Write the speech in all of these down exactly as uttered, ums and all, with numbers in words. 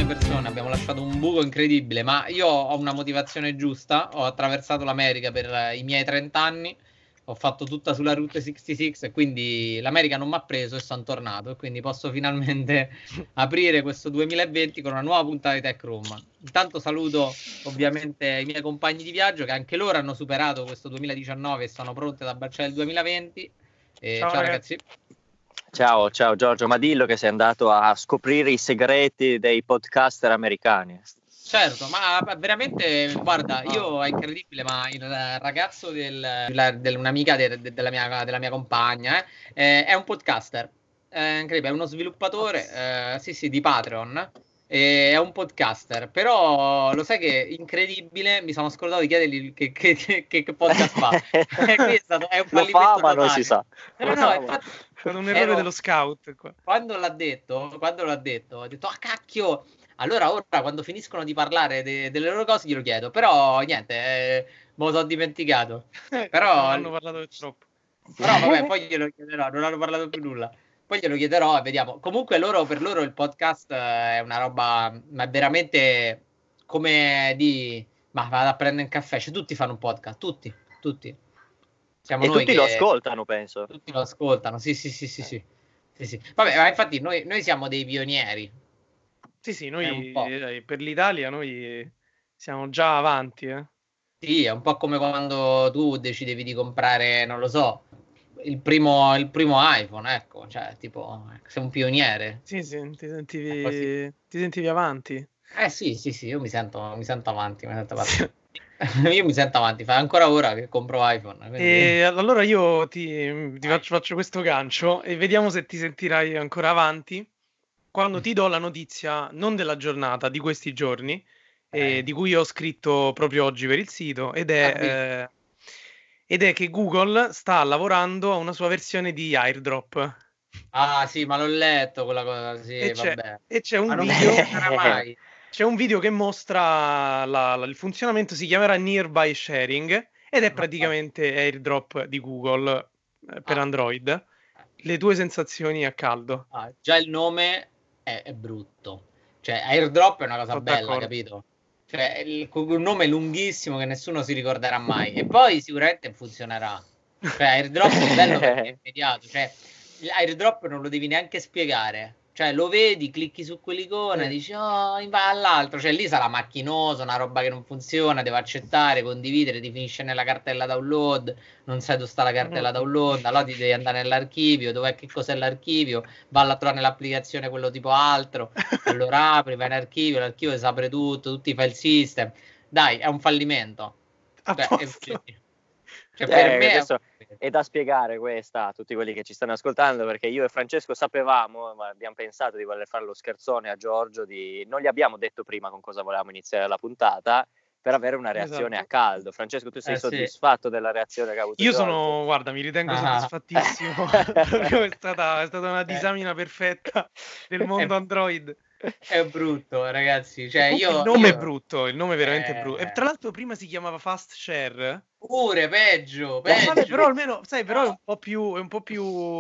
tantissime persone, abbiamo lasciato un buco incredibile, ma io ho una motivazione giusta, ho attraversato l'America per i miei trenta anni, ho fatto tutta sulla Route sessantasei e quindi l'America non mi ha preso e sono tornato e quindi posso finalmente aprire questo duemilaventi con una nuova puntata di Tech Room. Intanto saluto ovviamente i miei compagni di viaggio che anche loro hanno superato questo duemiladiciannove e sono pronti ad abbracciare il duemilaventi. E ciao, ciao ragazzi. Ciao, ciao Giorgio, ma dillo che sei andato a scoprire i segreti dei podcaster americani. Certo, ma veramente, guarda, io è incredibile, ma il ragazzo del, del un'amica de, de, della, mia, della mia compagna eh, è un podcaster, è incredibile, è uno sviluppatore, eh, sì sì, di Patreon, e è un podcaster, però lo sai che è incredibile, mi sono scordato di chiedergli che, che, che, che podcast fa. Qui è, stato, è un fallimento Lo fa, ma totale. non si sa. No, no, infatti, è stato un errore ero, dello scout qua. Quando l'ha detto, quando l'ha detto, ho detto, ah cacchio, allora ora quando finiscono di parlare de, delle loro cose glielo chiedo, però niente, eh, me lo sono dimenticato. Però non hanno parlato troppo. Però vabbè, poi glielo chiederò, non hanno parlato più nulla. Poi glielo chiederò e vediamo. Comunque loro, per loro il podcast è una roba, ma è veramente come di, ma vado a prendere un caffè, cioè tutti fanno un podcast, tutti, tutti. Siamo e noi tutti che, lo ascoltano, penso. Tutti lo ascoltano, sì, sì, sì, sì, sì. sì, sì. Vabbè, ma infatti noi, noi siamo dei pionieri. Sì, sì, noi eh, per l'Italia noi siamo già avanti, eh. Sì, è un po' come quando tu decidevi di comprare, non lo so, il primo, il primo iPhone, ecco, cioè, tipo, sei un pioniere. Sì, sì, ti sentivi, ti sentivi avanti. Eh sì, sì, sì, io mi sento, mi sento avanti, mi sento avanti. Io mi sento avanti, fa ancora ora che compro iPhone. Quindi... E allora io ti, ti faccio, faccio questo gancio e vediamo se ti sentirai ancora avanti quando ti do la notizia non della giornata, di questi giorni, eh. Eh, di cui ho scritto proprio oggi per il sito, ed è, ah, eh, ed è che Google sta lavorando a una sua versione di AirDrop. Ah sì, ma l'ho letto quella cosa, sì, e c'è, vabbè. E c'è un ma non video... mai. C'è un video che mostra la, la, il funzionamento, si chiamerà Nearby Sharing, ed è praticamente AirDrop di Google eh, per ah. Android. Le tue sensazioni a caldo? Ah, già il nome è, è brutto. Cioè, AirDrop è una cosa Sono bella, d'accordo. Capito? Cioè, il, un nome lunghissimo che nessuno si ricorderà mai. E poi sicuramente funzionerà. Cioè, AirDrop è bello perché è immediato. Cioè, l'AirDrop non lo devi neanche spiegare. Cioè, lo vedi, clicchi su quell'icona, eh. dici, oh, va all'altro. Cioè, lì sarà macchinoso, una roba che non funziona, devo accettare, condividere, ti finisce nella cartella download, non sai dove sta la cartella mm. download, allora ti devi andare nell'archivio, dov'è, che cos'è l'archivio, valla a trovare nell'applicazione quello tipo altro, allora apri, vai in archivio, l'archivio si apre tutto, tutti i file system. Dai, è un fallimento. Cioè, è, cioè, eh, per me adesso... è da spiegare questa a tutti quelli che ci stanno ascoltando, perché io e Francesco sapevamo, ma abbiamo pensato di voler fare lo scherzone a Giorgio, di... non gli abbiamo detto prima con cosa volevamo iniziare la puntata, per avere una reazione esatto. a caldo. Francesco, tu sei eh, sì. soddisfatto della reazione che ha avuto Io Giorgio? sono, guarda, mi ritengo ah. soddisfattissimo. è, stata, è stata una disamina perfetta del mondo Android. È brutto, ragazzi. Cioè, io, il nome io... è brutto, il nome è veramente eh... brutto. E tra l'altro prima si chiamava Fast Share. Pure peggio, peggio. Vabbè, però almeno, sai, però è un po' più, è un po' più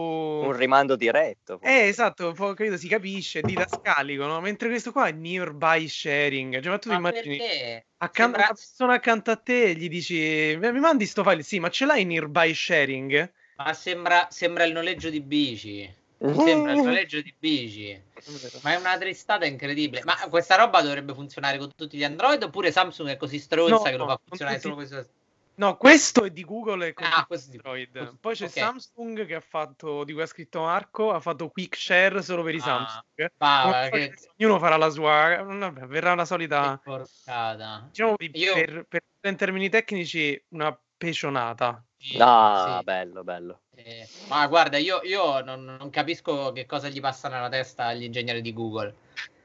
un rimando diretto. Eh, esatto, un po', credo si capisce, didascalico, no? Mentre questo qua è Nearby Sharing. Cioè, ma tu ma immagini perché? accanto Sembra... a una persona accanto a te e gli dici mi mandi sto file? Sì, ma ce l'hai Nearby Sharing? Ma sembra, sembra il noleggio di bici. Sembra il noleggio di bici. Ma è una tristata incredibile. Ma questa roba dovrebbe funzionare con tutti gli Android oppure Samsung è così stronza no, che lo fa funzionare tutti... solo questo? No, questo è di Google e con ah, Android. Poi c'è okay. Samsung che ha fatto, di cui ha scritto Marco, ha fatto Quick Share solo per i ah, Samsung. Pava, che... Ognuno farà la sua, vabbè, verrà la solita... Che porcata. Diciamo, Io... per, per, in termini tecnici, una pecionata. Sì, ah, sì. bello, bello. Eh, ma guarda, io, io non, non capisco che cosa gli passa nella testa agli ingegneri di Google.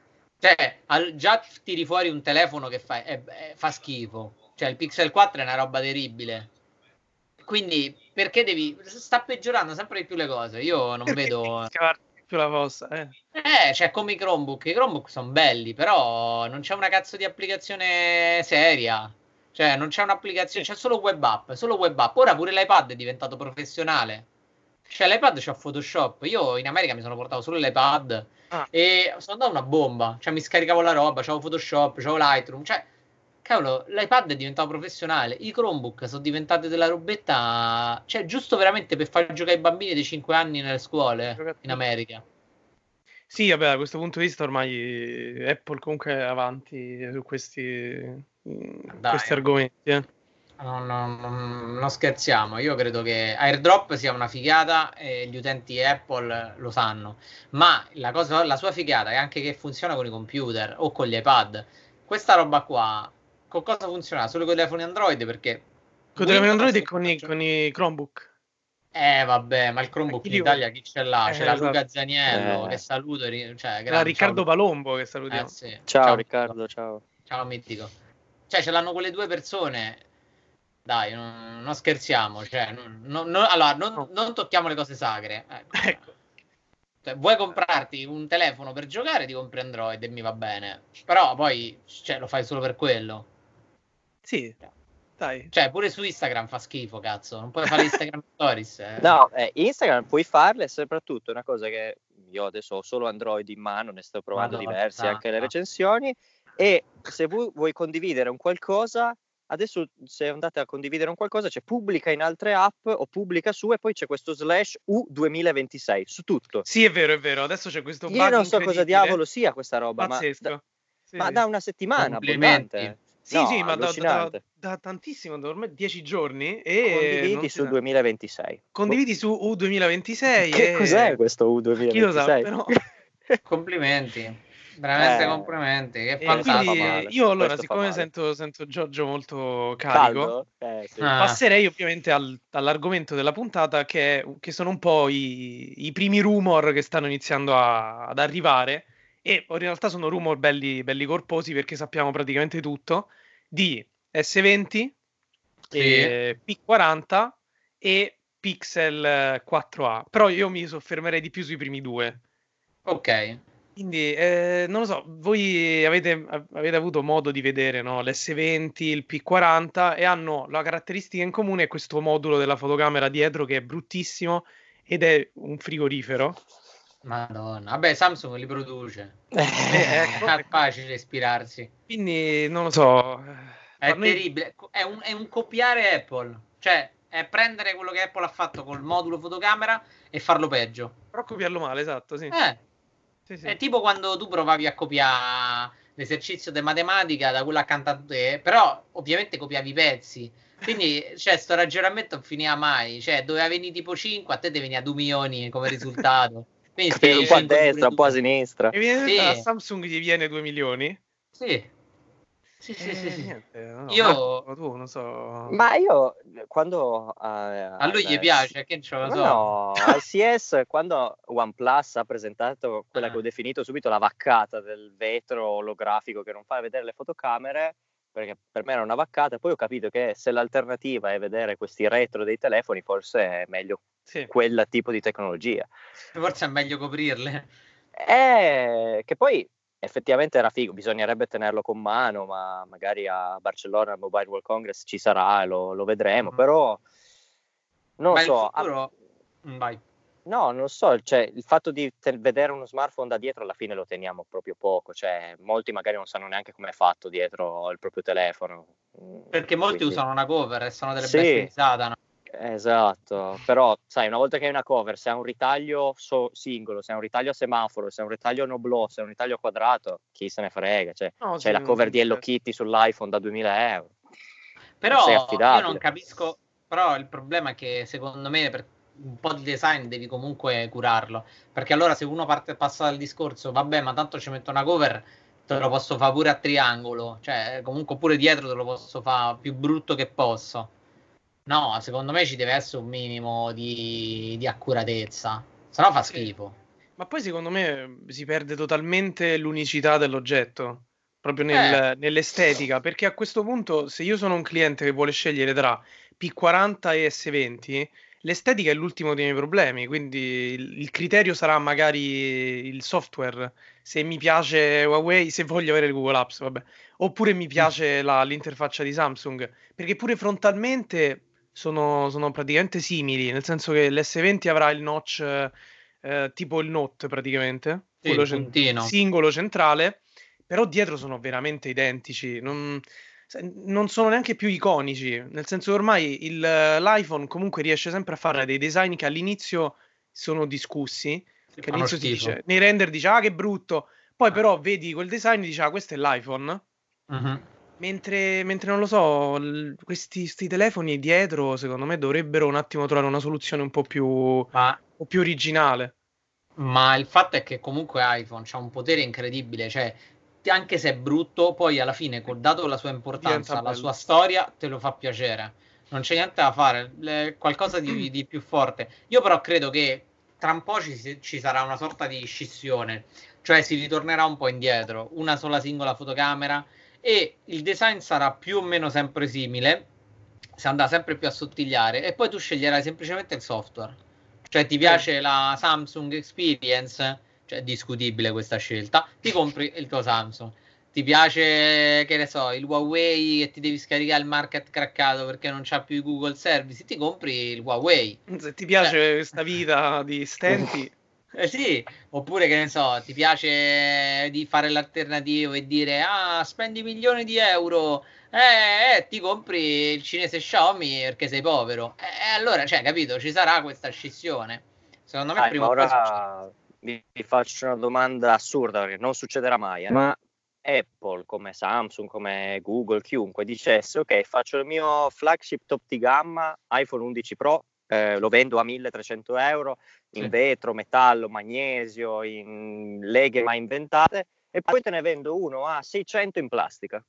Cioè, al, già tiri fuori un telefono che fa, è, è, fa schifo. Cioè, il Pixel quattro è una roba terribile. Quindi, perché devi... Sta peggiorando sempre di più le cose. Io non perché vedo... più la vostra, eh. Eh, cioè, come i Chromebook. I Chromebook sono belli, però non c'è una cazzo di applicazione seria. Cioè, non c'è un'applicazione, c'è solo web app, solo web app. Ora pure l'iPad è diventato professionale. Cioè l'iPad c'ha Photoshop. Io in America mi sono portato solo l'iPad ah. e sono andato una bomba. Cioè mi scaricavo la roba, c'avevo Photoshop, c'avevo Lightroom. Cioè, cavolo, l'iPad è diventato professionale. I Chromebook sono diventate della robetta. Cioè, giusto veramente per far giocare i bambini di cinque anni nelle scuole in America. Sì, vabbè, da questo punto di vista ormai Apple comunque è avanti su questi, Dai, questi argomenti. Eh. No, no, no, non scherziamo, io credo che AirDrop sia una figata e gli utenti Apple lo sanno, ma la, cosa, la sua figata è anche che funziona con i computer o con gli iPad. Questa roba qua, con cosa funziona? Solo con i telefoni Android? Perché con i telefoni Android e con i, con i Chromebook. Eh vabbè, ma il Chromebook in Italia chi ce l'ha? Eh, C'è la esatto. Luca Zaniello, Eh. che saluto. Cioè, Era Riccardo ciao, Palombo che salutiamo. Eh, sì. Ciao, ciao Riccardo, ciao. Ciao mitico. Cioè, ce l'hanno quelle due persone. Dai, non, non scherziamo. Cioè, non, non, non, allora, non, No. non tocchiamo le cose sacre. Ecco. Ecco. Cioè, vuoi comprarti un telefono per giocare, ti compri Android e mi va bene. Però poi cioè, lo fai solo per quello. Sì. Dai. Cioè, pure su Instagram fa schifo, cazzo. Non puoi fare Instagram Stories. Eh. No, eh, Instagram puoi farle, soprattutto una cosa che io adesso ho solo Android in mano, ne sto provando Madonna, diversi, no, anche le no. recensioni, e se vu- vuoi condividere un qualcosa, adesso se andate a condividere un qualcosa c'è pubblica in altre app o pubblica su e poi c'è questo slash U duemilaventisei su tutto. Sì, è vero, è vero. Adesso c'è questo bug Io non so cosa incredibile. diavolo sia questa roba, Pazzesco. ma da, Sì, ma sì. da una settimana Complimenti. abbondante. Sì, No, sì, ma da, da, allucinante. da tantissimo, da ormai dieci giorni. E Condividi non si sul sa. duemilaventisei. Condividi su U duemilaventisei. Che e... cos'è questo U Chi lo duemilaventisei? sa, però... Complimenti. Veramente Eh, complimenti. Che E fantastico. quindi male. io allora, Questo fa siccome male. sento, sento Giorgio molto carico, Caldo? Eh, sì. Ah. passerei ovviamente al- all'argomento della puntata che, che sono un po' i, i primi rumor che stanno iniziando a- ad arrivare e in realtà sono rumor belli, belli corposi perché sappiamo praticamente tutto di S venti, Sì. eh, P quaranta e Pixel quattro A, però io mi soffermerei di più sui primi due. Ok. Quindi, eh, non lo so, voi avete, avete avuto modo di vedere, no? L'S venti, il P quaranta e hanno la caratteristica in comune questo modulo della fotocamera dietro che è bruttissimo ed è un frigorifero. Madonna. Vabbè, Samsung li produce. Eh, ecco, È ecco. facile ispirarsi. Quindi, non lo so. È noi- terribile. È un, è un copiare Apple. Cioè, è prendere quello che Apple ha fatto col modulo fotocamera e farlo peggio. Però copiarlo male, esatto, sì. Eh. Sì, sì. È tipo quando tu provavi a copiare l'esercizio di matematica da quello accanto a te, però ovviamente copiavi i pezzi. Quindi, cioè, sto ragionamento non finiva mai. Cioè, doveva venire tipo cinque, a te te veniva due milioni come risultato. Quindi Un po' a cinque destra, un po' a pure tu. sinistra. Evidentemente Sì. a Samsung gli viene due milioni. Sì. Sì, sì, Eh, sì, sì. niente, no, Io- Marco, tu non so. Ma io quando eh, A lui gli al- piace, che ce lo Ma so. no, al C S quando OnePlus ha presentato quella Ah. che ho definito subito la vaccata del vetro olografico che non fa vedere le fotocamere, perché per me era una vaccata, poi ho capito che se l'alternativa è vedere questi retro dei telefoni, forse è meglio Sì. quel tipo di tecnologia. Forse è meglio coprirle. Eh, che poi effettivamente era figo, bisognerebbe tenerlo con mano, ma magari a Barcellona al Mobile World Congress ci sarà e lo, lo vedremo, Mhm. però non Ma lo so. il futuro... Mm, Vai. No, non so, cioè il fatto di te- vedere uno smartphone da dietro alla fine lo teniamo proprio poco, cioè molti magari non sanno neanche come è fatto dietro il proprio telefono. Mm, Perché molti quindi- usano una cover e sono delle Sì. bestie di Satana. Esatto, però sai, una volta che hai una cover, se ha un ritaglio so- singolo, se ha un ritaglio a semaforo, se ha un ritaglio no blow, se ha un ritaglio quadrato, chi se ne frega, cioè No, c'è sì, la cover non- di Hello certo. Kitty sull'iPhone da duemila euro. Però Non sei io affidabile. non capisco, però il problema è che secondo me per un po' di design devi comunque curarlo, perché allora se uno parte passa dal discorso, vabbè, ma tanto ci metto una cover, te lo posso fare pure a triangolo, cioè comunque pure dietro te lo posso fare più brutto che posso. No, secondo me ci deve essere un minimo di, di accuratezza, se no fa Sì. schifo. Ma poi secondo me si perde totalmente l'unicità dell'oggetto, proprio Eh. nel- nell'estetica, perché a questo punto se io sono un cliente che vuole scegliere tra P quaranta e S venti, l'estetica è l'ultimo dei miei problemi, quindi il, il criterio sarà magari il software, se mi piace Huawei, se voglio avere il Google Apps, vabbè, oppure mi piace la- l'interfaccia di Samsung, perché pure frontalmente sono, sono praticamente simili, nel senso che l'S venti avrà il notch eh, tipo il Note praticamente, Sì, quello il cen- puntino. singolo centrale, però dietro sono veramente identici, non, se- non sono neanche più iconici, nel senso che ormai il- l'iPhone comunque riesce sempre a fare dei design che all'inizio sono discussi, Sì, che fanno all'inizio si schifo. dice, nei render dice ah che brutto, poi Eh. però vedi quel design e dici ah questo è l'iPhone. Mhm. Mentre, mentre non lo so, l- questi, sti telefoni dietro, secondo me, dovrebbero un attimo trovare una soluzione un po' più, un Ma po' più originale. Ma il fatto è che comunque iPhone ha un potere incredibile, cioè ti- anche se è brutto, poi alla fine, col dato la sua Diventa importanza, la bello. sua storia, te lo fa piacere. Non c'è niente da fare, le- qualcosa di, di più forte. Io però credo che tra un po' ci, ci sarà una sorta di scissione, cioè si ritornerà un po' indietro, una sola singola fotocamera e il design sarà più o meno sempre simile, si andrà sempre più a sottigliare e poi tu sceglierai semplicemente il software. Cioè, ti Sì. piace la Samsung Experience? Cioè, è discutibile questa scelta. Ti compri il tuo Samsung. Ti piace, che ne so, il Huawei e ti devi scaricare il market craccato perché non c'ha più i Google Service? Ti compri il Huawei. Se ti Cioè, piace questa vita di stenti, eh sì, oppure che ne so, ti piace di fare l'alternativo e dire ah, spendi milioni di euro, eh, eh, ti compri il cinese Xiaomi perché sei povero. E eh, allora, cioè, capito, ci sarà questa scissione. Secondo me Dai, prima ma o poi succede. ora vi, vi faccio una domanda assurda perché non succederà mai. eh. Ma Apple, come Samsung, come Google, chiunque dicesse ok, faccio il mio flagship top di gamma iPhone undici Pro, eh, lo vendo a milletrecento euro in Sì. vetro, metallo, magnesio, in leghe mai inventate e poi te ne vendo uno a seicento in plastica.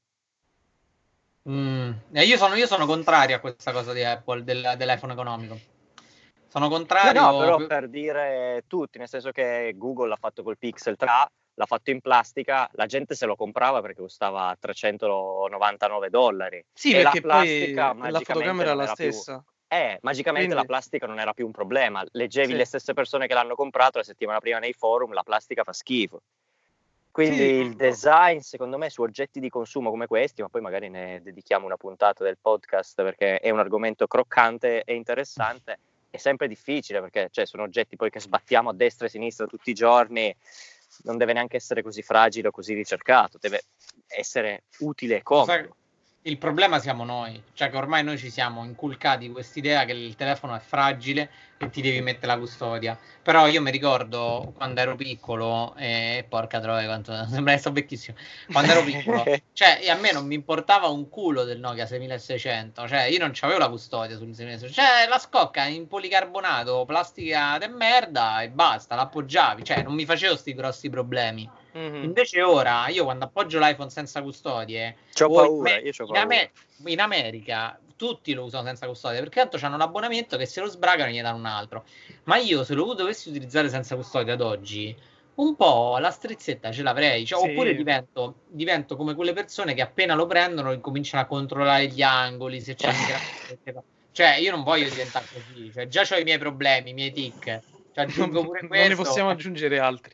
Mm. E io sono, io sono contrario a questa cosa di Apple, del, dell'iPhone economico. Sono No, no, contrario. però per dire tutti, nel senso che Google l'ha fatto col Pixel tre A, l'ha fatto in plastica, la gente se lo comprava perché costava trecentonovantanove dollari sì, e la perché plastica poi la magicamente fotocamera è non la era più... stessa. Eh, magicamente la Quindi, plastica non era più un problema. Leggevi sì. le stesse persone che l'hanno comprato la settimana prima nei forum, la plastica fa schifo. Quindi Sì, il design, secondo me, su oggetti di consumo come questi, ma poi magari ne dedichiamo una puntata del podcast perché è un argomento croccante e interessante, è sempre difficile perché cioè, sono oggetti poi che sbattiamo a destra e a sinistra tutti i giorni, non deve neanche essere così fragile o così ricercato, deve essere utile e Lo sai, comodo. il problema siamo noi, cioè che ormai noi ci siamo inculcati quest'idea che il telefono è fragile e ti devi mettere la custodia. Però io mi ricordo quando ero piccolo, e porca troia, quanto sembra che sto vecchissimo. Quando ero piccolo, cioè, e a me non mi importava un culo del Nokia seiemilaseicento, cioè io non c'avevo la custodia sul seiemilaseicento, cioè la scocca in policarbonato, plastica de merda e basta, l'appoggiavi, cioè non mi facevo sti grossi problemi. mhm. Invece ora, io quando appoggio l'iPhone senza custodie, C'ho o in, paura, Amer- io c'ho in paura. Amer- in America, tutti lo usano senza custodia, perché tanto hanno l'abbonamento che se lo sbragano gli danno un altro. Ma io se lo dovessi utilizzare senza custodia ad oggi, un po' la strizzetta ce l'avrei, cioè, oppure Sì. divento, divento come quelle persone che appena lo prendono incominciano a controllare gli angoli, se c'è microfono. Cioè, io non voglio diventare così, cioè, già ho i miei problemi, i miei tic. Ci Non, aggiungo pure non ne questo. possiamo aggiungere altri.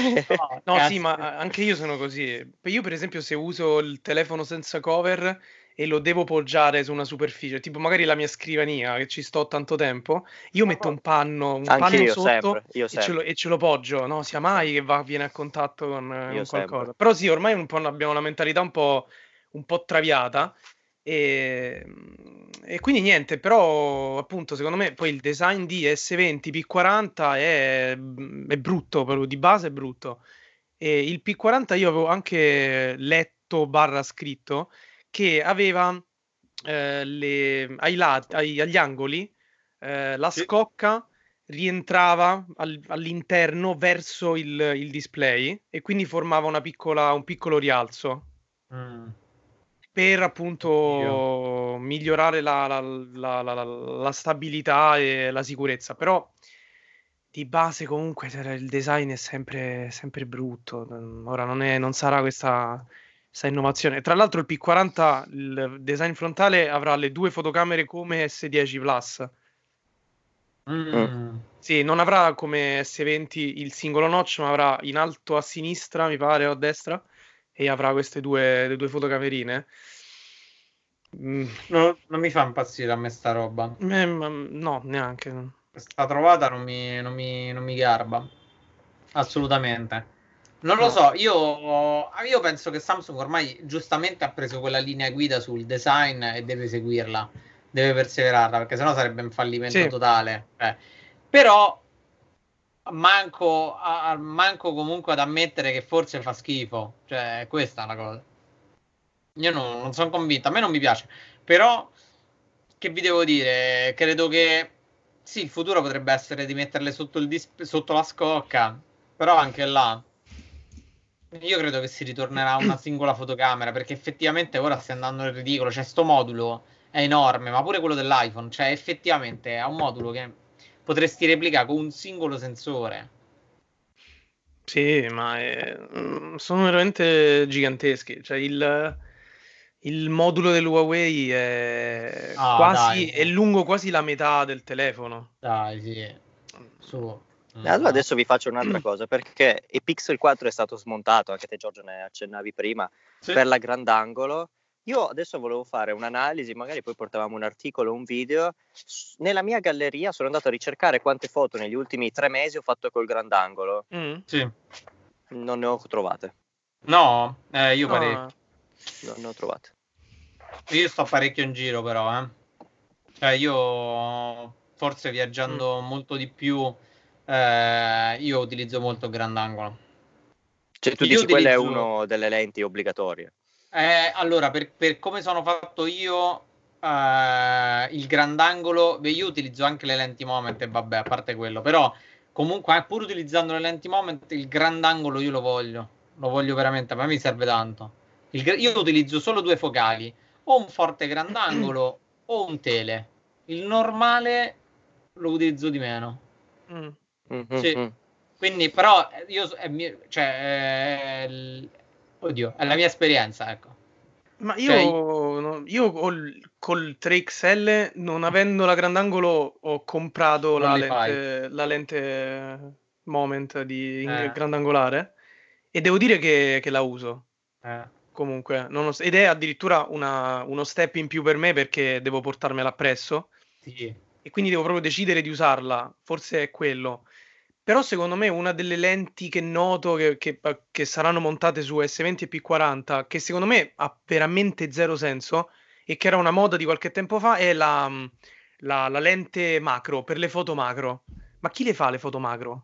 No, No, sì, cazzo. ma anche io sono così. Io, per esempio, se uso il telefono senza cover e lo devo poggiare su una superficie, tipo magari la mia scrivania, che ci sto tanto tempo, io metto un panno, un Anche panno io, sotto sempre, io e ce lo, sempre, e ce lo poggio, no? Sia mai che va, viene a contatto con, io con sempre. qualcosa. Però sì, ormai un po' abbiamo una mentalità un po', un po' traviata. E, e quindi niente, però appunto secondo me poi il design di S venti P quaranta è, è brutto, proprio di base è brutto. E il P quaranta io avevo anche letto barra scritto che aveva eh, le, ai lati, ai- agli angoli eh, la Sì. scocca rientrava al- all'interno verso il, il display e quindi formava una piccola, un piccolo rialzo Mm. per Oddio. appunto migliorare la, la- la- la- la- la stabilità e la sicurezza. Però di base comunque cioè, il design è sempre, sempre brutto. Mm, Ora non, è- non sarà questa, questa innovazione. Tra l'altro il P quaranta, il design frontale avrà le due fotocamere come S dieci Plus. Mm. Mm. Sì, non avrà come S venti il singolo notch, ma avrà in alto a sinistra, mi pare, o a destra, e avrà queste due, le due fotocamerine. Mm. No, non mi fa impazzire a me sta roba. Eh, ma, no, neanche. Questa trovata non mi, non mi, non mi garba. Assolutamente. Non lo No. so, io, io penso che Samsung ormai giustamente ha preso quella linea guida sul design e deve seguirla, deve perseverarla, perché sennò sarebbe un fallimento Sì. totale. Eh. Però manco, a, manco comunque ad ammettere che forse fa schifo. Cioè, questa è una cosa. Io non, non sono convinto, a me non mi piace. Però, che vi devo dire? Credo che sì, il futuro potrebbe essere di metterle sotto, il dis- sotto la scocca, però anche là. Io credo che si ritornerà a una singola fotocamera, perché effettivamente ora stia andando nel ridicolo. Cioè, sto modulo è enorme, ma pure quello dell'iPhone. Cioè, effettivamente è un modulo che potresti replicare con un singolo sensore. Sì, ma è- mm, sono veramente giganteschi. Cioè, il, il modulo del Huawei è Ah, quasi, dai, è lungo quasi la metà del telefono. dai, sì. Su. Allora No. adesso vi faccio un'altra cosa, perché il Pixel quattro è stato smontato, anche te Giorgio ne accennavi prima, Sì. per la grandangolo. Io adesso volevo fare un'analisi, magari poi portavamo un articolo, un video. Nella mia galleria sono andato a ricercare quante foto negli ultimi tre mesi ho fatto col grandangolo. Mm. Sì. Non ne ho trovate. No, eh, io No, parecchio. Non ne ho trovate. Io sto parecchio in giro però, eh. Cioè io forse viaggiando molto di più, eh, io utilizzo molto il grandangolo. Cioè tu Io dici quella è utilizzo, una delle lenti obbligatorie. eh, allora, per, per come sono fatto io, eh, il grandangolo, beh, io utilizzo anche le lenti moment e vabbè, a parte quello, però comunque eh, pur utilizzando le lenti moment, il grandangolo io lo voglio, lo voglio veramente, a me mi serve tanto. Il gra- io utilizzo solo due focali, o un forte grandangolo o un tele. Il normale lo utilizzo di meno. mm. Sì. Mm-hmm. Quindi, però, io, è mio- cioè, è il- oddio, è la mia esperienza, ecco. Ma Cioè, io, no- io col, col tre X L, non avendo la grandangolo, ho comprato non la li fai. lente, la lente Moment di in- Eh, grandangolare e devo dire che, che la uso. eh, Comunque, nonost- ed è addirittura una- uno step in più per me perché devo portarmela appresso sì. e quindi devo proprio decidere di usarla. Forse è quello. Però secondo me una delle lenti che noto che, che- che saranno montate su S venti e P quaranta, che secondo me ha veramente zero senso e che era una moda di qualche tempo fa, è la, la- la lente macro, per le foto macro. Ma chi le fa le foto macro?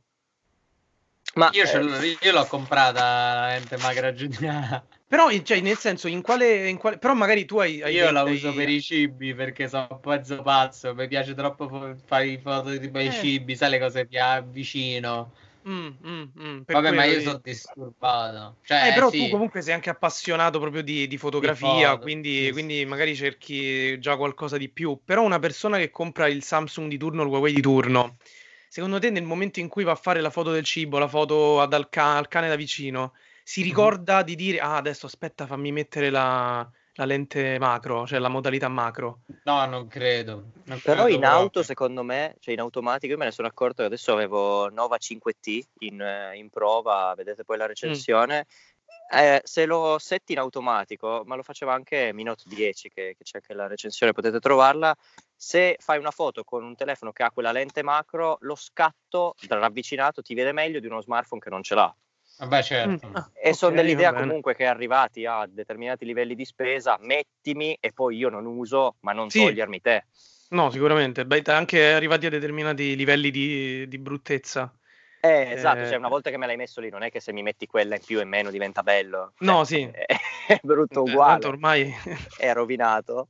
Ma Io, ce eh, l'ho, io l'ho comprata la lente magra giuliana. Però, cioè, nel senso, in quale, in quale- però magari tu hai, hai Io dei, la uso dei- per i cibi perché sono un pezzo pazzo. Mi piace troppo fo- fare i foto tipo ai Eh, cibi, sai le cose che avvicino. mm, mm, mm, per Vabbè, ma quello io di... sono disturbato. Eh, Cioè, però tu sì, comunque sei anche appassionato proprio di, di di fotografia, foto. quindi, Sì, sì. quindi magari cerchi già qualcosa di più. Però una persona che compra il Samsung di turno, il Huawei di turno, secondo te nel momento in cui va a fare la foto del cibo, la foto ad- al, ca- al cane da vicino, si Mhm. ricorda di dire, ah, adesso aspetta, fammi mettere la, la lente macro, cioè la modalità macro. No, non credo. Non Però credo in auto, proprio. secondo me, cioè in automatico, io me ne sono accorto che adesso avevo Nova cinque T in, eh, in prova, vedete poi la Mm, recensione. Eh, se lo setti in automatico, ma lo faceva anche Mi Note dieci, che, che c'è anche la recensione, potete trovarla. Se fai una foto con un telefono che ha quella lente macro, lo scatto da ravvicinato ti vede meglio di uno smartphone che non ce l'ha. Vabbè, mm, certo. ah, E ok, sono va dell'idea bene. comunque che arrivati a determinati livelli di spesa, mettimi e poi io non uso, ma non Sì, togliermi te. no, sicuramente. Beh, anche arrivati a determinati livelli di, di bruttezza. Eh, esatto, Eh, cioè una volta che me l'hai messo lì non è che se mi metti quella in più e in meno diventa bello, cioè no, sì. è, è brutto Eh, tanto uguale, ormai... è rovinato.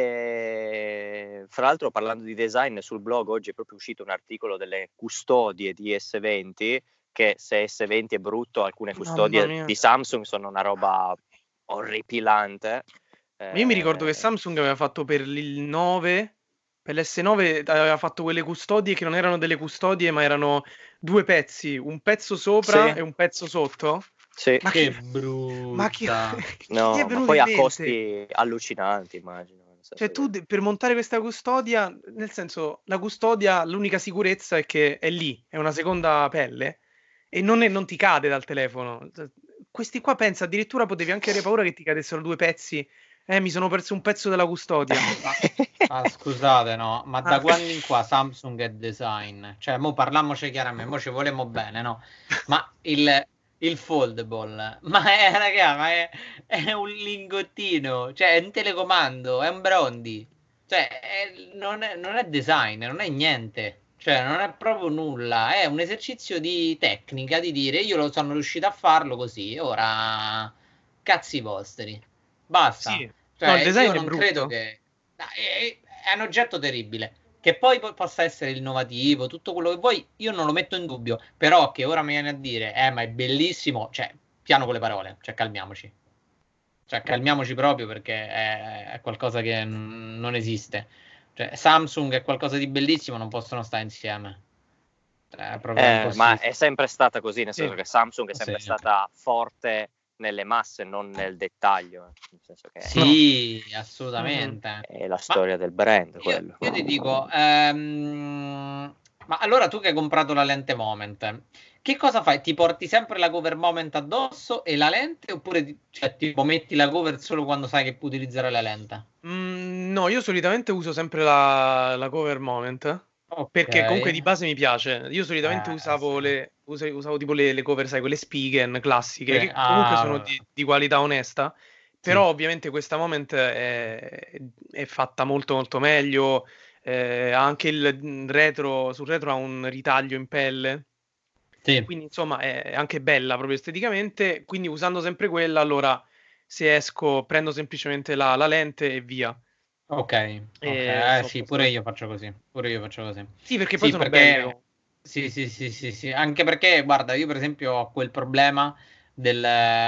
E fra l'altro, parlando di design, sul blog oggi è proprio uscito un articolo delle custodie di S venti, che se S venti è brutto, alcune Mamma custodie mia. di Samsung sono una roba orripilante. Ma io mi ricordo che Eh, Samsung aveva fatto per il nove, per l'S nove aveva fatto quelle custodie che non erano delle custodie, ma erano due pezzi, un pezzo sopra sì, e un pezzo sotto. sì. Ma chi, Che ma chi, brutta. chi gli è No, ma venuto poi in a mente? costi allucinanti, immagino. Nel Cioè, senso tu che... de- per montare questa custodia, nel senso, la custodia, l'unica sicurezza è che è lì, è una seconda pelle e non, è- non ti cade dal telefono. Questi qua pensa, addirittura potevi anche avere paura che ti cadessero due pezzi Eh, mi sono perso un pezzo della custodia. Ah, scusate, no, ma da Ah. quando in qua Samsung è design? Cioè, mo parliamoci chiaramente, mo ci volemo bene, no? Ma il, il foldable, ma è, raga, ma è, è un lingottino, cioè è un telecomando, è un Brondi. Cioè, è- non è, non è design, non è niente. Cioè, non è proprio nulla, è un esercizio di tecnica, di dire io lo sono riuscito a farlo così, ora cazzi vostri. Basta. Sì, no, Cioè, il design io è non credo brutto. che... no, È, è un oggetto terribile. Che poi po- possa essere innovativo, tutto quello che vuoi, io non lo metto in dubbio. Però che ora mi viene a dire, eh, ma è bellissimo, cioè, piano con le parole, cioè, calmiamoci. Cioè, calmiamoci proprio perché è, è qualcosa che n- non esiste. Cioè, Samsung è qualcosa di bellissimo, non possono stare insieme. Cioè, è proprio Eh, ma impossibile. è sempre stata così, nel Sì. senso che Samsung è sempre Sì. stata forte nelle masse, non nel dettaglio. Nel senso che Sì, Mhm. assolutamente. è la Ma storia del brand, io, quello. io ti dico, ehm, ma allora tu che hai comprato la lente Moment, che cosa fai? Ti porti sempre la cover Moment addosso e la lente oppure ti, cioè, tipo metti la cover solo quando sai che puoi utilizzare la lente? Mm, no, io solitamente uso sempre la, la cover moment Ok. perché comunque di base mi piace. Io solitamente Eh, usavo sì. le usa- usavo tipo le, le cover, sai, quelle Spigen classiche Sì. che comunque sono Ah, di, di qualità onesta, sì. però ovviamente questa moment è, è fatta molto molto meglio. Eh, ha anche il retro, sul retro ha un ritaglio in pelle. Sì. Quindi insomma è è anche bella proprio esteticamente, quindi usando sempre quella, allora se esco prendo semplicemente la, la lente e via. Ok, ok, E eh sto a sì, pure posto. io faccio così, pure io faccio così. Sì, perché poi Sì, sono belle perché comunque. sì, sì, sì, sì, sì, anche perché guarda, io per esempio ho quel problema del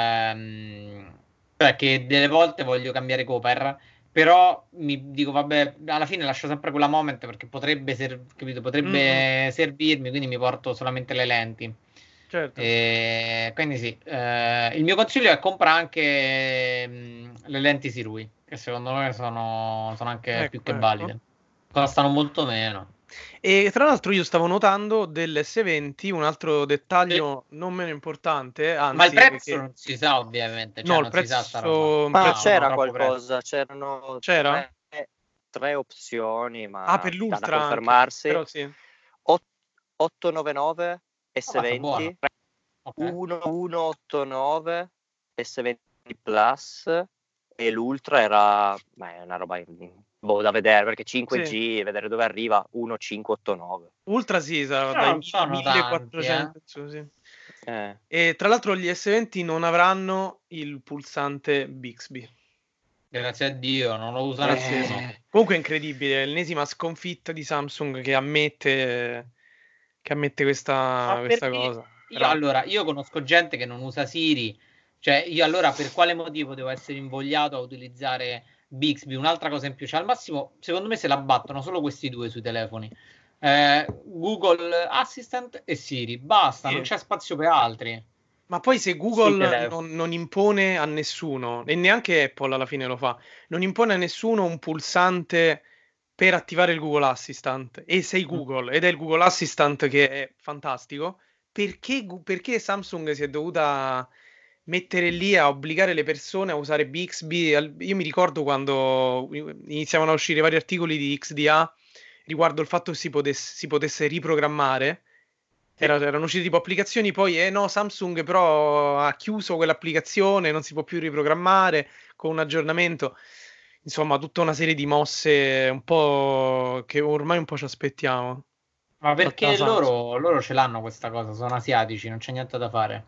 ehm, cioè che delle volte voglio cambiare cover, però mi dico vabbè, alla fine lascio sempre quella Moment perché potrebbe ser- capito, Mm, mm, potrebbe servirmi, quindi mi porto solamente le lenti. certo. E quindi sì, eh, il mio consiglio è comprare anche mm, le lenti Sirui, che secondo me sono, sono anche più Ecco, che ecco. valide. Costano molto meno. E tra l'altro io stavo notando dell'S venti un altro Sì. dettaglio non meno importante, Ma il anzi, prezzo che non si sa ovviamente, no, cioè il non si sa sta roba. prezzo, il Ma No, prezzo no, c'era troppo presto. qualcosa, c'erano c'era? tre, tre opzioni, Ah, ma per da, da l'Ultra anche, confermarsi. però sì. Ot- ottocentonovantanove Ammazza, buono. S venti, Ok. millecentoottantanove S venti Plus e l'Ultra era beh, una roba in- boh, da vedere perché Sì. cinque G, vedere dove arriva, millecinquecentottantanove. Ultra sì, sarà Però dai non mille- sono tanti, eh. millequattrocento, su, sì. Eh. E tra l'altro gli S venti non avranno il pulsante Bixby. Grazie a Dio, non lo usa nessuno. Eh. Comunque è incredibile, l'ennesima sconfitta di Samsung che ammette, che ammette questa, Ma questa perché cosa. io Veramente. allora, io conosco gente che non usa Siri, cioè io allora per quale motivo devo essere invogliato a utilizzare Bixby? Un'altra cosa in più, cioè al massimo secondo me se la battono solo questi due sui telefoni. Eh, Google Assistant e Siri, basta, non Sì. c'è spazio per altri Ma poi se sui Google telefoni. non, non impone a nessuno, e neanche Apple alla fine lo fa, non impone a nessuno un pulsante per attivare il Google Assistant, e sei Mm. Google, ed è il Google Assistant che è fantastico, perché, Gu- perché Samsung si è dovuta mettere lì a obbligare le persone a usare Bixby? Al- Io mi ricordo quando iniziavano a uscire vari articoli di X D A riguardo il fatto che si potesse, si potesse riprogrammare. Sì. Era- erano uscite tipo applicazioni, poi eh no, Samsung però ha chiuso quell'applicazione, non si può più riprogrammare con un aggiornamento. Insomma, tutta una serie di mosse un po' che ormai un po' ci aspettiamo. Ma Fatta da perché Samsung. loro, loro ce l'hanno questa cosa, sono asiatici, non c'è niente da fare.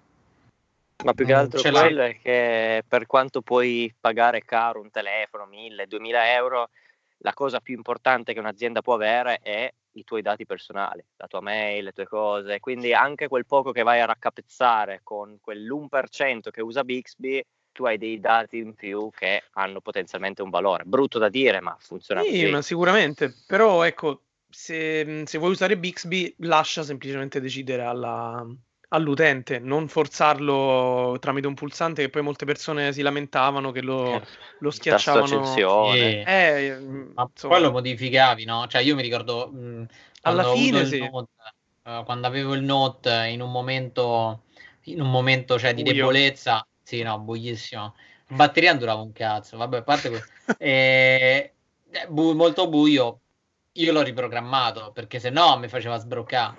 Ma più che Mm, altro ce Sì, l'hanno. quello è che per quanto puoi pagare caro un telefono, mille, duemila euro, la cosa più importante che un'azienda può avere è i tuoi dati personali, la tua mail, le tue cose. Quindi anche quel poco che vai a raccapezzare con quell'uno per cento che usa Bixby, tu hai dei dati in più che hanno potenzialmente un valore. Brutto da dire, ma funziona sì, così. ma sicuramente. Però ecco, se, se vuoi usare Bixby, lascia semplicemente decidere alla- all'utente, non forzarlo tramite un pulsante che poi molte persone si lamentavano che lo, lo Il tasto schiacciavano. accensione. Sì. Eh, mm, Ma poi insomma, lo modificavi, no? Cioè io mi ricordo mh, alla quando ho avuto fine il sì, Note, eh, quando avevo il Note in un momento, in un momento cioè, di buio. debolezza, sì, no, buonissimo. batteria non durava un cazzo, vabbè, a parte que- eh, bu- molto buio, io l'ho riprogrammato, perché se no mi faceva sbroccare.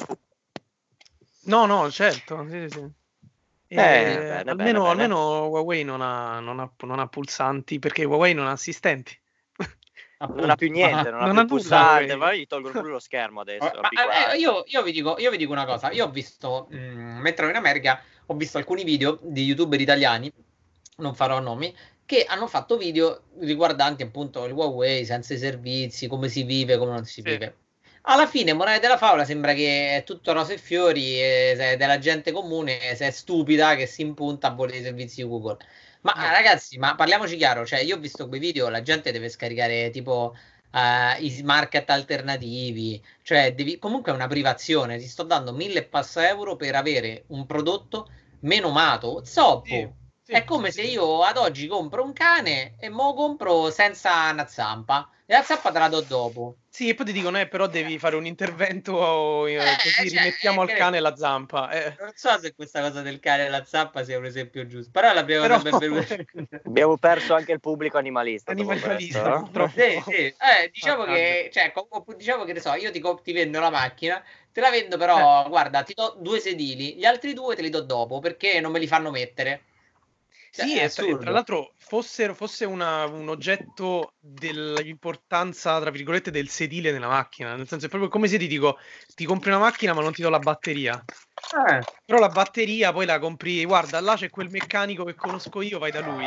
No, no, certo, sì, sì. E Eh, bene, almeno, bene, bene. almeno Huawei non ha, non ha, non ha pulsanti, perché Huawei non ha assistenti. Appunto. Non ha più niente, non, Non ha ha più nulla, pulsante, Huawei. ma gli tolgono pure lo schermo adesso. Ma, B eh, quaranta. io, io vi dico, io vi dico una cosa, io ho visto, mh, mentre ero in America, ho visto alcuni video di youtuber italiani, non farò nomi, che hanno fatto video riguardanti appunto il Huawei, senza i servizi, come si vive, come non si Sì. vive. Alla fine, morale della favola, sembra che è tutto rose e fiori, e se- della gente comune, se è stupida che si impunta a volere i servizi Google. Ma No. ragazzi, ma parliamoci chiaro, cioè io ho visto quei video, la gente deve scaricare tipo eh, i market alternativi, cioè devi, comunque è una privazione, ti sto dando mille e passa euro per avere un prodotto menomato, zoppo. Sì, sì, È come sì, se sì. io ad oggi compro un cane e mo compro senza una zampa e la zampa te la do dopo. Sì, e poi ti dicono, eh, però devi fare un intervento, eh, Eh, così cioè, rimettiamo eh, al che cane ne- la zampa. Eh. non so se questa cosa del cane e la zappa sia un esempio giusto, però è la prima cosa Però che mi è venuta. Abbiamo perso anche il pubblico animalista dopo animalista, questo. purtroppo. Sì, sì. Eh, diciamo Mannaggia. che, cioè, co- co- diciamo che ne so, io ti, co- ti vendo la macchina, te la vendo Eh. però, guarda, ti do due sedili, gli altri due te li do dopo perché non me li fanno mettere. Cioè, Sì, è e tra, e tra assurdo. l'altro fosse, fosse una- un oggetto dell'importanza, tra virgolette, del sedile nella macchina, nel senso è proprio come se ti dico, ti compri una macchina ma non ti do la batteria. Eh. Però la batteria poi la compri, guarda, là c'è quel meccanico che conosco io, vai da lui.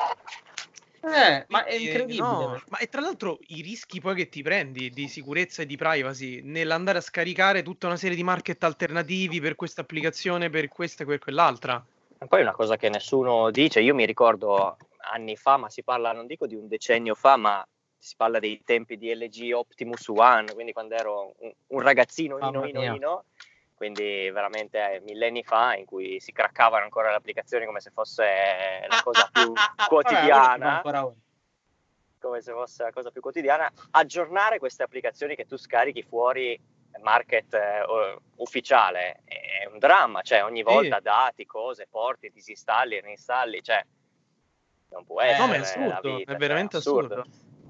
Eh, ma è Quindi, eh, incredibile. no, ma e tra l'altro i rischi poi che ti prendi di sicurezza e di privacy nell'andare a scaricare tutta una serie di market alternativi per questa applicazione, per questa e per quell'altra. E poi una cosa che nessuno dice, io mi ricordo anni fa, ma si parla, non dico di un decennio fa, ma si parla dei tempi di L G Optimus One, quindi quando ero un, un ragazzino, ino, Mamma ino, mia. ino, quindi veramente eh, millenni fa, in cui si craccavano ancora le applicazioni come se fosse la Ah, cosa ah, più ah, ah, ah. Vabbè, quello si fa quotidiana, ancora ora. come se fosse la cosa più quotidiana, aggiornare queste applicazioni che tu scarichi fuori market eh, ufficiale è un dramma, cioè ogni volta Sì. dati, cose, porti, disinstalli, reinstalli, cioè non può Eh, No, ma è essere la assurdo, vita, è cioè, veramente assurdo.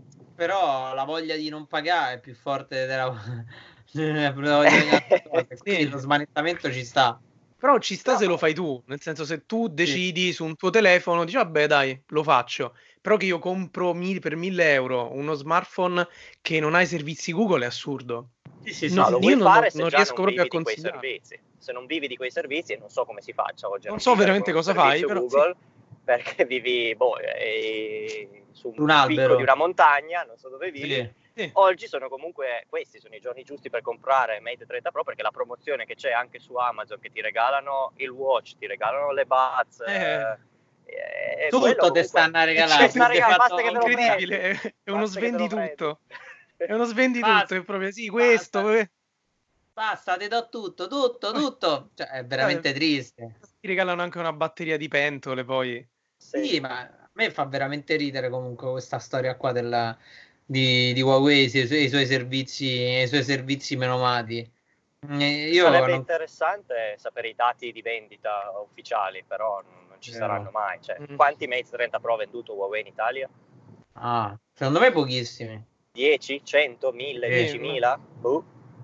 Però la voglia di non pagare è più forte della, della voglia di altre cose, quindi Sì. lo smanettamento ci sta. Però ci sta No. se lo fai tu, nel senso se tu Sì. decidi su un tuo telefono, dici vabbè dai, lo faccio, però che io compro mi- per mille euro uno smartphone che non ha i servizi Google è assurdo. Sì, sì, sì, No, No, sì. lo io vuoi non, fare se non già riesco non proprio vivi a di quei consigliare. servizi. Se non vivi di quei servizi, non so come si faccia oggi a Non non so vivere veramente con un cosa fai, servizio però sì. Google, perché vivi boh, eh, su un, Un picco albero. di una montagna, non so dove vivi. Sì. Sì. Oggi sono comunque, questi sono i giorni giusti per comprare Mate trenta Pro, perché la promozione che c'è anche su Amazon, che ti regalano il watch, ti regalano le buds, Eh. eh, eh, Tutto quello te comunque stanno a E regalare. c'è- sta Quindi hai regalando, fatto basta che te lo incredibile, prendi. è, è uno Basta che te lo svenditutto. prendi. È uno svenditutto, Basta, è proprio sì, questo. basta, eh. basta, ti do tutto, tutto, Poi- tutto. Cioè, è veramente triste. Ti regalano anche una batteria di pentole, poi. Sì. Sì, ma a me fa veramente ridere comunque questa storia qua della, di, di Huawei e i suoi, i suoi servizi, i suoi servizi menomati. Eh, Io Sarebbe non... interessante sapere i dati di vendita ufficiali, però non, non ci Vero. saranno mai. Cioè, Mm. quanti Mate trenta Pro ha venduto Huawei in Italia? Ah, secondo me pochissimi. dieci, cento, mille, Sì. diecimila? Boh.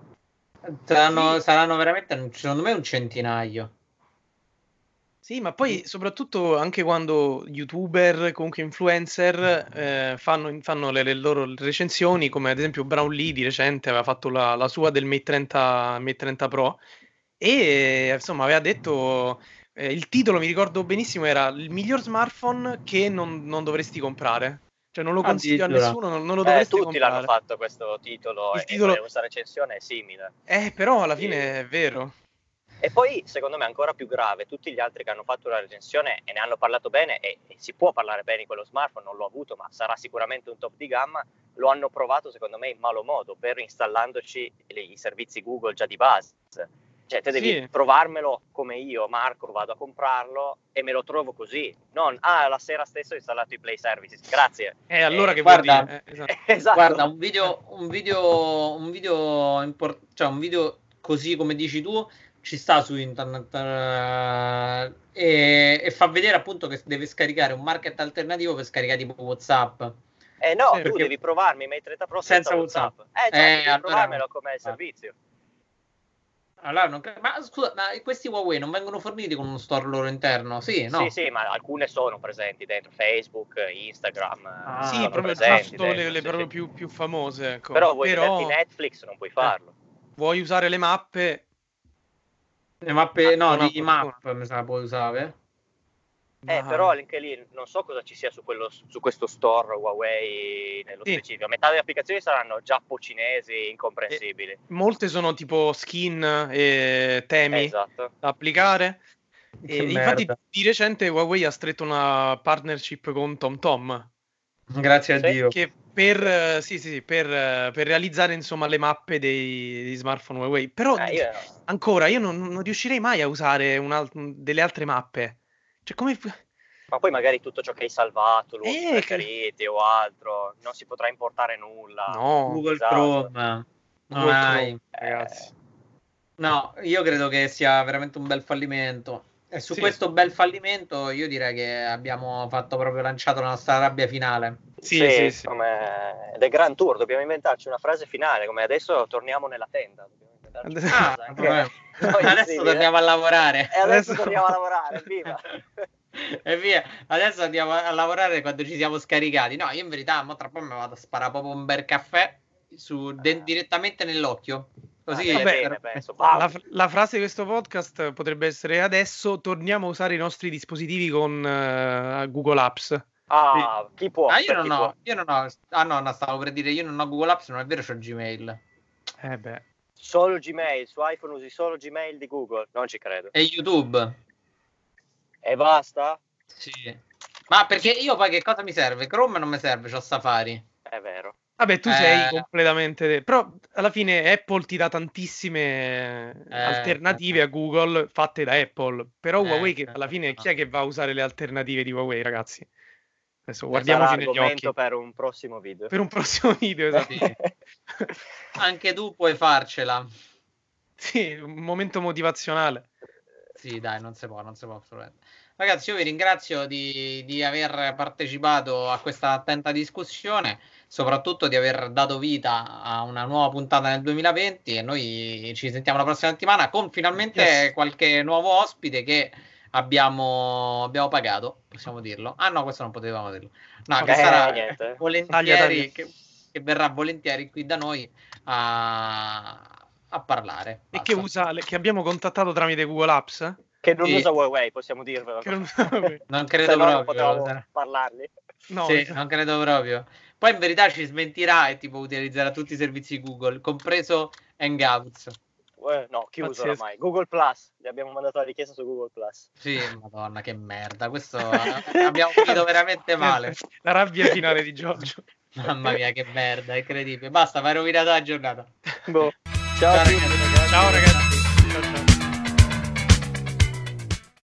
Saranno, Sì. saranno veramente, secondo me, un centinaio. Sì, ma poi soprattutto anche quando youtuber, comunque influencer, eh, fanno, fanno le, le loro recensioni, come ad esempio Brownlee di recente aveva fatto la, la sua del Mate trenta, Mate trenta Pro e insomma aveva detto, eh, il titolo mi ricordo benissimo, era il miglior smartphone che non, non dovresti comprare. Cioè non lo consiglio a Addirittura. nessuno, non, non lo Eh, dovresti tutti l'hanno comprare. fatto questo titolo Il e, titolo, e questa recensione è simile. eh, però alla Sì. fine è vero. E poi, secondo me, ancora più grave, tutti gli altri che hanno fatto la recensione e ne hanno parlato bene, e, e si può parlare bene di quello smartphone, non l'ho avuto, ma sarà sicuramente un top di gamma, lo hanno provato, secondo me, in malo modo, per installandoci i, i servizi Google già di base. Cioè, te devi Sì. provarmelo come io, Marco, vado a comprarlo e me lo trovo così. Non, ah, la sera stessa ho installato i Play Services, grazie. E allora Eh, che guarda, vuol dire? Eh, esatto. Esatto. Guarda, un video, un video, un video, import- cioè un video così come dici tu, ci sta su internet uh, e, e fa vedere appunto che deve scaricare un market alternativo per scaricare tipo WhatsApp. Eh no, sì, tu devi provarmi Mate trenta Pro senza, senza WhatsApp. WhatsApp. Eh, cioè, eh, devi allora provarmelo come servizio. Allora, non cre- ma scusa, ma questi Huawei non vengono forniti con uno store loro interno? Sì, no? Sì, sì, ma alcune sono presenti dentro Facebook, Instagram. Ah, sì, proprio presenti giusto dentro, le, le sì, proprio sì. più, più famose. Ecco. Però vuoi Però, vederti Netflix, non puoi farlo. Eh, vuoi usare le mappe? Le mappe, ah, no, di map mi sa puoi usare. Eh, ma... però anche lì non so cosa ci sia su, quello, su questo store Huawei nello sì. specifico. Metà delle applicazioni saranno giappo-cinesi, incomprensibili. E molte sono tipo skin e temi esatto. da applicare. E infatti di recente Huawei ha stretto una partnership con TomTom. Grazie sì. a Dio. Che per, sì, sì, per, per realizzare insomma le mappe dei, dei smartphone Huawei. Però eh, io... ancora io non, non riuscirei mai a usare una, delle altre mappe. Cioè, come... Ma poi magari tutto ciò che hai salvato, luoghi eh, preferiti che... o altro, non si potrà importare nulla. No, Google Chrome. Google Chrome, ragazzi. No, io credo che sia veramente un bel fallimento. E su sì. questo bel fallimento io direi che abbiamo fatto proprio lanciato la nostra rabbia finale. Sì, sì, sì, sì. Come The Grand Tour, dobbiamo inventarci una frase finale, come adesso torniamo nella tenda. Ah, anche... adesso torniamo a lavorare. E adesso, adesso torniamo a lavorare, viva! E via, adesso andiamo a lavorare quando ci siamo scaricati. No, io in verità mo tra poco mi vado a sparare proprio un bel caffè su, de- direttamente nell'occhio. Così ah, bene, penso, la, la frase di questo podcast potrebbe essere: adesso torniamo a usare i nostri dispositivi con uh, Google Apps. Ah, chi può? Ah, io non chi ho, può? io non ho. Ah no, no, stavo per dire io non ho Google Apps, non è vero, c'ho Gmail. Eh beh. Solo Gmail, su iPhone usi solo Gmail di Google, non ci credo. E YouTube. E basta? Sì. Ma perché io poi che cosa mi serve? Chrome non mi serve, c'ho Safari. È vero. Vabbè, tu eh... sei completamente... Però alla fine Apple ti dà tantissime eh, alternative eh. a Google fatte da Apple. Però eh, Huawei, che alla fine chi è che va a usare le alternative di Huawei, ragazzi? Adesso guardiamoci negli occhi. Per un prossimo video. Per un prossimo video, esatto. Sì. Anche tu puoi farcela. Sì, un momento motivazionale. Sì, dai, non si può, non si può assolutamente. Ragazzi, io vi ringrazio di, di aver partecipato a questa attenta discussione, soprattutto di aver dato vita a una nuova puntata nel duemilaventi, e noi ci sentiamo la prossima settimana con finalmente yes. qualche nuovo ospite che abbiamo, abbiamo pagato, possiamo dirlo. Ah no, questo non potevamo dirlo. No, okay, che sarà niente. volentieri, taglia, taglia. Che, che verrà volentieri qui da noi a, a parlare. E che, usa, che abbiamo contattato tramite Google Apps? Che non sì. usa Huawei, possiamo dirvelo. Non, non credo proprio. Non parlarli. No, sì, non credo proprio. Poi in verità ci smentirà e tipo utilizzerà tutti i servizi Google, compreso Hangouts. Eh, no, chiuso ormai. Google Plus, gli abbiamo mandato la richiesta su Google Plus. Sì, madonna, che merda. Questo abbiamo finito veramente male. La rabbia finale di Giorgio. Mamma mia, che merda, incredibile. Basta, fai rovinato la giornata. Boh. Ciao, ciao ragazzi. Ciao ragazzi. Ciao, ciao.